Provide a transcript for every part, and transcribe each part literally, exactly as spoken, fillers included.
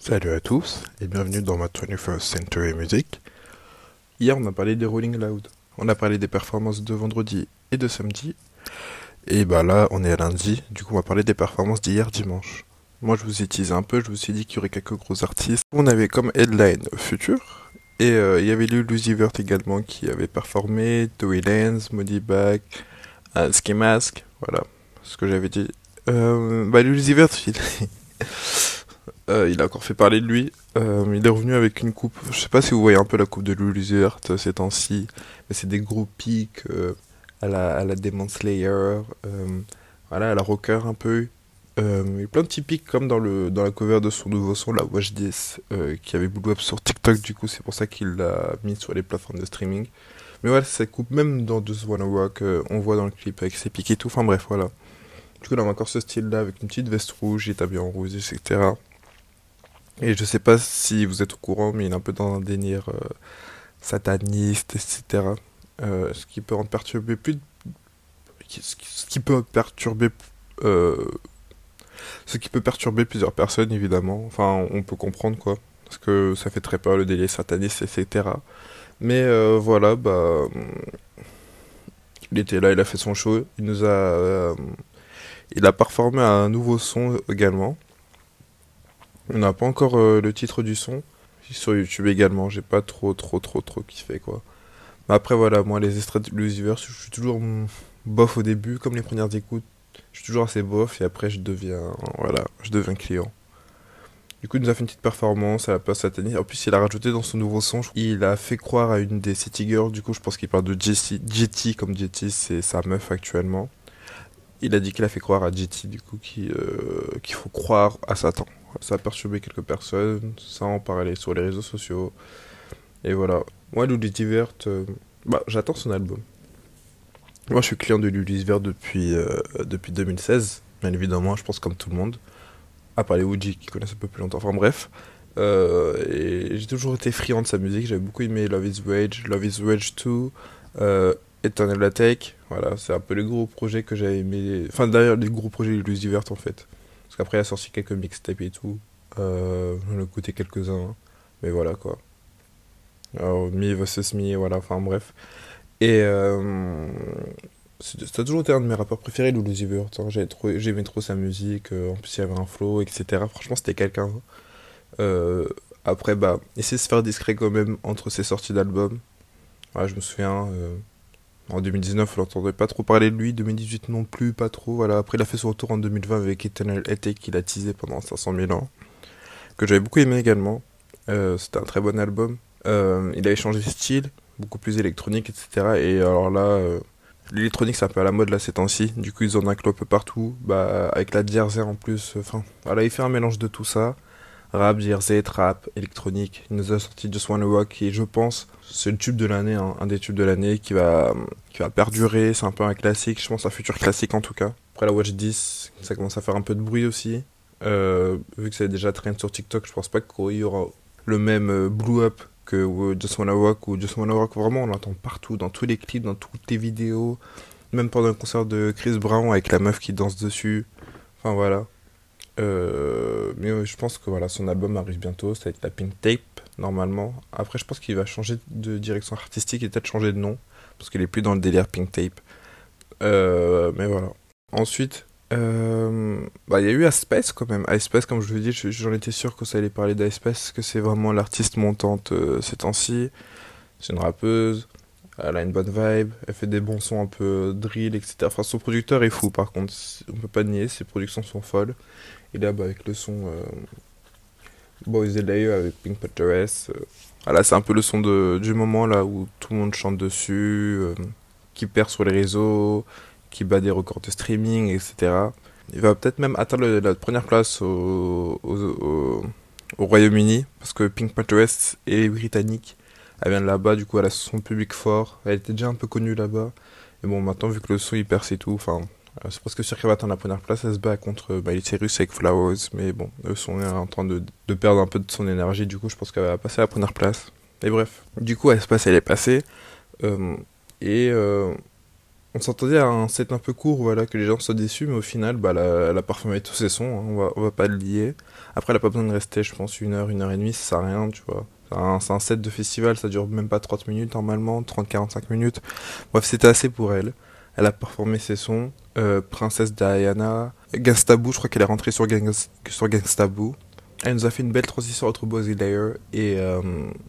Salut à tous et bienvenue dans ma twenty-first Century Music. Hier on a parlé des Rolling Loud, on a parlé des performances de vendredi et de samedi, et bah là on est à lundi, du coup on va parler des performances d'hier dimanche. Moi je vous ai teasé un peu, je vous ai dit qu'il y aurait quelques gros artistes. On avait comme headline Future, et euh, il y avait Lil Uzi Vert également qui avait performé, Tory Lanez, Modibag, euh, Ski Mask, voilà ce que j'avais dit. Euh, bah Lil Uzi Vert il... Euh, il a encore fait parler de lui. Euh, il est revenu avec une coupe. Je sais pas si vous voyez un peu la coupe de Lil Uzi Vert euh, ces temps-ci, mais c'est des gros pics euh, à la, à la Demon Slayer, euh, voilà, à la rocker un peu. Euh, il y a plein de petits pics comme dans, le, dans la cover de son nouveau son, la Watch This, euh, qui avait blow up sur TikTok, du coup c'est pour ça qu'il l'a mis sur les plateformes de streaming. Mais voilà, cette coupe, même dans Just Wanna Rock, euh, on voit dans le clip avec ses pics et tout, enfin bref, voilà. Du coup, là, on a encore ce style-là avec une petite veste rouge, il est habillé en rose, et cetera. Et je sais pas si vous êtes au courant, mais il est un peu dans un délire euh, sataniste, et cetera. Euh, ce qui peut en perturber plus, ce qui, ce qui peut perturber, euh, ce qui peut perturber plusieurs personnes évidemment. Enfin, on peut comprendre quoi, parce que ça fait très peur le délire sataniste, et cetera. Mais euh, voilà, bah, il était là, il a fait son show, il nous a, euh, il a performé un nouveau son également. On n'a pas encore euh, le titre du son. Sur YouTube également, j'ai pas trop trop trop trop kiffé quoi. Mais après voilà, moi les extraits de Lucifer, je suis toujours mm, bof au début, comme les premières écoutes. Je suis toujours assez bof et après je deviens voilà, je deviens client. Du coup, il nous a fait une petite performance à la place satanique. En plus, il a rajouté dans son nouveau son, il a fait croire à une des City Girls. Du coup, je pense qu'il parle de Jessie- J T, comme J T, c'est sa meuf actuellement. Il a dit qu'il a fait croire à J T, du coup, qui, euh, qu'il faut croire à Satan. Ça a perturbé quelques personnes, ça en parlait sur les réseaux sociaux. Et voilà. Moi, Lulus Vert, euh, bah, j'attends son album. Moi, je suis client de Lulus Vert depuis, euh, depuis deux mille seize, bien évidemment, je pense comme tout le monde. À part les O G qui connaissent un peu plus longtemps. Enfin bref. Euh, et j'ai toujours été friand de sa musique. J'avais beaucoup aimé Love is Rage, Love is Rage deux, euh, Eternal Attack. Voilà, c'est un peu les gros projets que j'avais aimé. Enfin, d'ailleurs, les gros projets Lulus Vert en fait. Parce qu'après, il a sorti quelques mixtapes et tout. Euh, J'en ai écouté quelques-uns. Hein. Mais voilà quoi. Alors, Me versus Me, voilà, enfin bref. Et euh, c'est- ça a toujours été un de mes rappeurs préférés, Lil Uzi Vert. Hein. J'ai trop, j'aimais trop sa musique, euh, en plus il y avait un flow, et cetera. Franchement, c'était quelqu'un. Euh, Après, bah, essayer de se faire discret quand même entre ses sorties d'albums. Voilà, je me souviens, euh, en deux mille dix-neuf, on n'entendait pas trop parler de lui, deux mille dix-huit non plus, pas trop. Voilà. Après, il a fait son retour en deux mille vingt avec Eternal Attic qu'il a teasé pendant cinq cent mille ans, que j'avais beaucoup aimé également. Euh, c'était un très bon album. Euh, il avait changé de style, beaucoup plus électronique, et cetera. Et alors là, euh, l'électronique c'est un peu à la mode là ces temps-ci. Du coup, ils en incluent un peu partout. Bah, avec la jersey en plus. Enfin, voilà, il fait un mélange de tout ça. Rap, jersey, trap, électronique. Il nous a sorti Just Wanna Rock qui, je pense, c'est le tube de l'année, hein, un des tubes de l'année qui va, qui va perdurer. C'est un peu un classique, je pense un futur classique en tout cas. Après la Watch dix, ça commence à faire un peu de bruit aussi. Euh, vu que c'est déjà trend sur TikTok, je pense pas qu'il y aura le même euh, blew up que euh, Just Wanna Rock ou Just Wanna Rock. Vraiment, on l'entend partout, dans tous les clips, dans toutes les vidéos. Même pendant un concert de Chris Brown avec la meuf qui danse dessus. Enfin voilà. Euh, mais euh, je pense que voilà, son album arrive bientôt, ça va être la Pink Tape, normalement. Après, je pense qu'il va changer de direction artistique et peut-être changer de nom, parce qu'il est plus dans le délire Pink Tape. Euh, mais voilà. Ensuite, euh, bah, il y a eu Icepace quand même. Icepace, comme je vous l'ai dit, je- j'en étais sûr que ça allait parler d'Icepace, que c'est vraiment l'artiste montante euh, ces temps-ci. C'est une rappeuse, elle a une bonne vibe, elle fait des bons sons un peu drill, et cetera. Enfin, son producteur est fou par contre, on peut pas nier, ses productions sont folles. Et là, bah, avec le son euh, Boys L A avec Pink Panthers, euh, voilà, c'est un peu le son de, du moment là où tout le monde chante dessus, euh, qui perd sur les réseaux, qui bat des records de streaming, et cetera. Il va peut-être même atteindre le- la première place au, au, au- au Royaume-Uni, parce que Pink Panthers est britannique. Elle vient de là-bas, du coup elle a son public fort. Elle était déjà un peu connue là-bas. Et bon, maintenant, vu que le son il perce et tout, enfin, euh, c'est presque sûr qu'elle va atteindre la première place. Elle se bat contre euh, Miley Cyrus avec Flowers, mais bon, eux sont en train de, de perdre un peu de son énergie, du coup, je pense qu'elle va passer à la première place. Et bref, du coup, Espace, elle est passée. euh, et euh, on s'entendait à un set un peu court, voilà, que les gens soient déçus, mais au final, bah, elle a, elle a parfumé tous ses sons, hein, on va, on va pas le lier. Après, elle a pas besoin de rester, je pense, une heure, une heure et demie, ça sert à rien, tu vois. C'est un, c'est un set de festival, ça dure même pas trente minutes normalement, trente quarante-cinq minutes. Bref, c'était assez pour elle. Elle a performé ses sons. Euh, Princesse Diana, Gangsta Boo, je crois qu'elle est rentrée sur, Gangs- sur Gangsta Boo. Elle nous a fait une belle transition entre Buzzy Layer et, euh,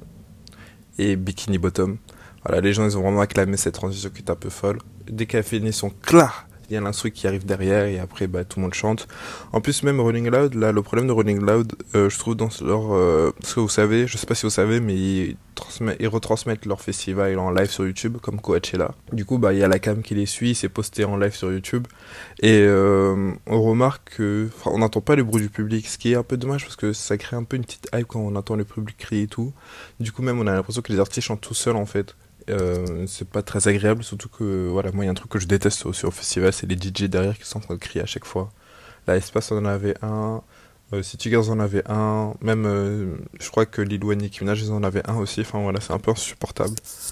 et Bikini Bottom. Voilà, les gens ils ont vraiment acclamé cette transition qui est un peu folle. Dès qu'elle finit son clah, il y a l'instru qui arrive derrière et après bah, tout le monde chante. En plus même Rolling Loud, là le problème de Rolling Loud, euh, je trouve dans leur... Euh, parce que vous savez, je sais pas si vous savez, mais ils, transmet- ils retransmettent leur festival en live sur YouTube comme Coachella. Du coup bah il y a la cam qui les suit, c'est posté en live sur YouTube. Et euh, on remarque que... Enfin, on n'entend pas le bruit du public, ce qui est un peu dommage parce que ça crée un peu une petite hype quand on entend le public crier et tout. Du coup même on a l'impression que les artistes chantent tout seuls en fait. Euh, c'est pas très agréable, surtout que voilà, moi il y a un truc que je déteste aussi au festival, c'est les D J derrière qui sont en train de crier à chaque fois. Là, Espace en avait un, euh, City Girls en avait un, même euh, je crois que Lil Wayne et Nicki Minaj ils en avaient un aussi, enfin voilà, c'est un peu insupportable,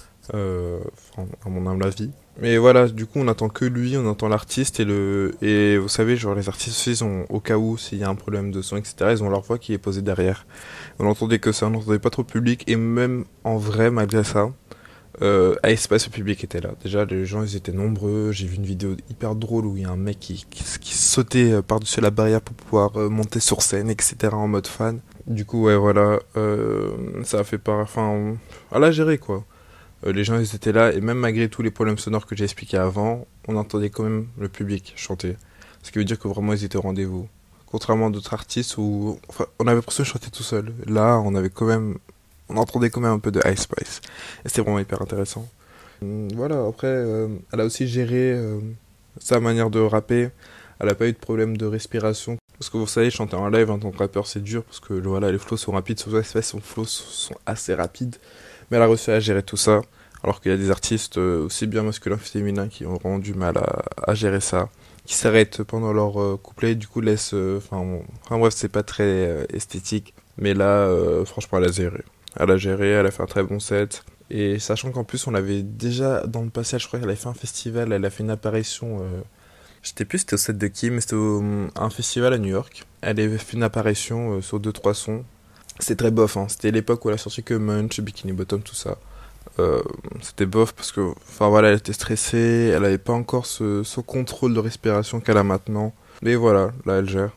euh, enfin, à mon humble avis. Mais voilà, du coup on entend que lui, on entend l'artiste et le et vous savez, genre les artistes aussi, ils ont, au cas où s'il y a un problème de son, et cetera, ils ont leur voix qui est posée derrière. On n'entendait que ça, on n'entendait pas trop le public, et même en vrai, malgré ça, euh, à Espace, le public était là. Déjà, les gens, ils étaient nombreux. J'ai vu une vidéo hyper drôle où il y a un mec qui, qui, qui sautait euh, par-dessus la barrière pour pouvoir euh, monter sur scène, et cetera en mode fan. Du coup, ouais, voilà, euh, ça a fait pas... Enfin, à la gérer, quoi. Euh, les gens, ils étaient là, et même malgré tous les problèmes sonores que j'ai expliqués avant, on entendait quand même le public chanter. Ce qui veut dire que vraiment, ils étaient au rendez-vous. Contrairement à d'autres artistes où enfin, on avait l'impression de chanter tout seul. Là, on avait quand même on entendait quand même un peu de Ice Spice. Et c'était vraiment hyper intéressant. Hum, Voilà, après, euh, elle a aussi géré euh, sa manière de rapper. Elle a pas eu de problème de respiration. Parce que vous savez, chanter en live en tant que rappeur, c'est dur. Parce que voilà, les flows sont rapides. Surtout Ice Spice, son flows sont assez rapides. Mais elle a réussi à gérer tout ça. Alors qu'il y a des artistes euh, aussi bien masculins que féminins qui ont vraiment du mal à, à gérer ça. Qui s'arrêtent pendant leur euh, couplet, du coup laissent. euh, Enfin bon, enfin, bref, c'est pas très euh, esthétique. Mais là, euh, franchement, elle a géré. Elle a géré, elle a fait un très bon set. Et sachant qu'en plus, on l'avait déjà dans le passé, je crois qu'elle avait fait un festival, elle a fait une apparition. Euh, je sais plus, c'était au set de qui, mais c'était au- un festival à New York. Elle avait fait une apparition euh, sur deux trois sons. C'était très bof, hein. C'était l'époque où elle a sorti que Munch, Bikini Bottom, tout ça. Euh, C'était bof parce que, enfin voilà, elle était stressée, elle avait pas encore ce, ce contrôle de respiration qu'elle a maintenant. Mais voilà, là elle gère.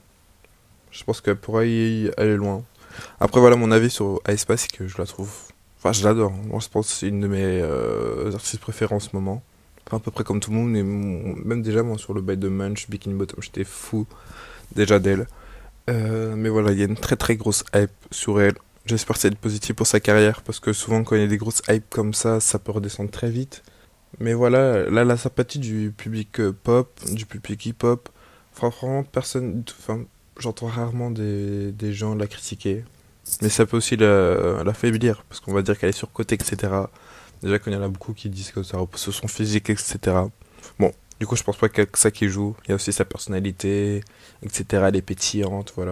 Je pense qu'elle pourrait y aller loin. Après, voilà, mon avis sur aespa, c'est que je la trouve. Enfin, je l'adore. Moi, je pense que c'est une de mes euh, artistes préférés en ce moment. Enfin, à peu près comme tout le monde, mais mon- même déjà, moi, sur le bail de Munch, Bikini Bottom, j'étais fou déjà d'elle. Euh, mais voilà, il y a une très très grosse hype sur elle. J'espère que c'est positif pour sa carrière, parce que souvent, quand il y a des grosses hypes comme ça, ça peut redescendre très vite. Mais voilà, là, la sympathie du public euh, pop, du public hip-hop, franchement, personne. Enfin, j'entends rarement des, des gens la critiquer. Mais ça peut aussi la, la faiblir, parce qu'on va dire qu'elle est surcotée, et cetera. Déjà qu'il y en a beaucoup qui disent que ça repose sur son physique, et cetera. Bon, du coup, je pense pas qu'il y a que ça qui joue. Il y a aussi sa personnalité, et cetera. Elle est pétillante, voilà.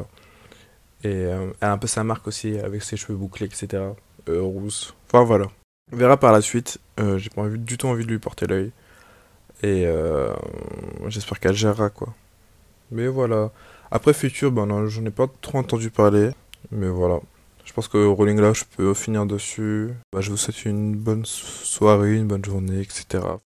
Et euh, elle a un peu sa marque aussi, avec ses cheveux bouclés, et cetera. Euh, rousse. Enfin, voilà. On verra par la suite. Euh, j'ai pas envie, du tout envie de lui porter l'œil. Et euh, j'espère qu'elle gérera, quoi. Mais voilà. Après Future, ben non, j'en ai pas trop entendu parler. Mais voilà. Je pense que Rolling Loud, je peux finir dessus. Bah, je vous souhaite une bonne soirée, une bonne journée, et cetera.